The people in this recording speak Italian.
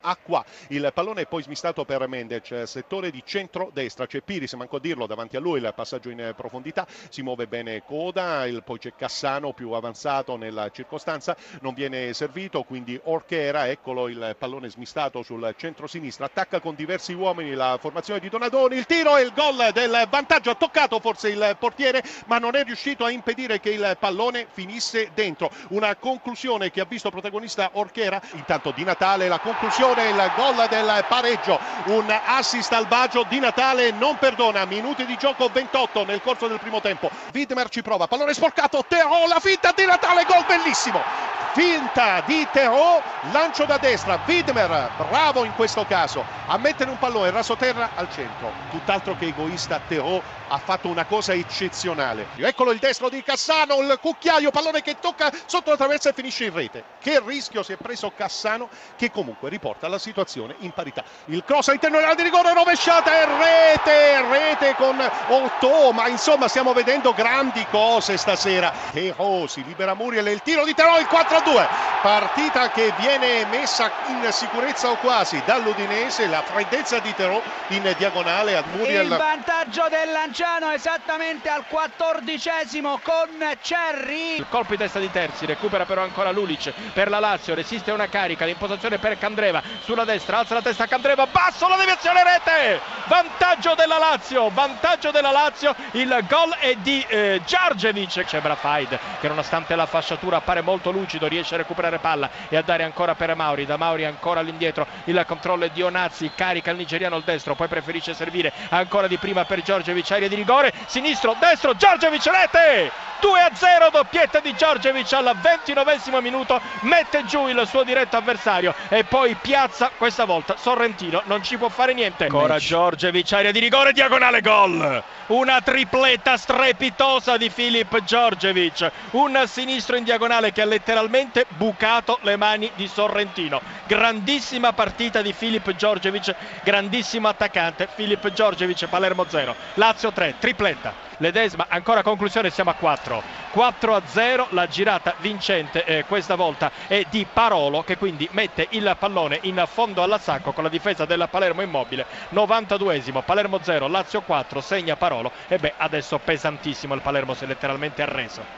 Acqua, il pallone è poi smistato per Mendez, settore di centro-destra, c'è Piris, manco a dirlo, davanti a lui il passaggio in profondità, si muove bene Coda, poi c'è Cassano più avanzato nella circostanza, non viene servito, quindi Orchera, eccolo il pallone smistato sul centro-sinistra, attacca con diversi uomini la formazione di Donadoni, il tiro e il gol del vantaggio, ha toccato forse il portiere, ma non è riuscito a impedire che il pallone finisse dentro, una conclusione che ha visto protagonista Orchera, intanto Di Natale la conclusione, il gol del pareggio, un assist al Baggio. Di Natale non perdona, minuti di gioco 28 nel corso del primo tempo, Widmer ci prova, pallone sporcato, Teo, la finta Di Natale, gol bellissimo, finta di Teo, lancio da destra, Widmer bravo in questo caso a mettere un pallone rasoterra al centro, tutt'altro che egoista. Teo ha fatto una cosa eccezionale, eccolo il destro di Cassano, il cucchiaio, pallone che tocca sotto la traversa e finisce in rete. Che rischio si è preso Cassano, che comunque riporta la situazione in parità. Il cross all'interno dell'area di rigore, rovesciata e rete con Otto, ma insomma stiamo vedendo grandi cose stasera. Teo si libera Muriel e il tiro di Teo, il 4-2, partita che viene messa in sicurezza o quasi dall'Udinese, la freddezza di Teo in diagonale a Muriel. Il vantaggio del Lanciano esattamente al 14esimo con Cerri. Il colpo di testa di Terzi, recupera però ancora Lulic per la Lazio, resiste una carica, l'impostazione per Candreva sulla destra, alza la testa Candreva, basso, la deviazione, rete, vantaggio della Lazio, il gol è di Djardjevic. C'è Brafaid che nonostante la fasciatura appare molto lucido, riesce a recuperare palla e a dare ancora per Mauri, da Mauri ancora all'indietro, il controllo è di Onazzi, carica il nigeriano al destro, poi preferisce servire ancora di prima per Djordjevic, area di rigore, sinistro, destro, Djordjevic, rete, 2-0, doppietta di Djordjevic al 29esimo minuto, mette giù il suo diretto avversario e poi piazza, questa volta Sorrentino non ci può fare niente. Ancora Djordjevic, area di rigore, diagonale, gol, una tripletta strepitosa di Filip Djordjevic, un sinistro in diagonale che ha letteralmente bucato le mani di Sorrentino. Grandissima partita di Filip Djordjevic, grandissimo attaccante Filip Djordjevic. Palermo 0, Lazio 3, tripletta. Ledesma, ancora conclusione, siamo a 4-0, la girata vincente questa volta è di Parolo, che quindi mette il pallone in fondo all'attacco con la difesa della Palermo immobile. 92esimo, Palermo 0, Lazio 4, segna Parolo e adesso pesantissimo, il Palermo si è letteralmente arreso.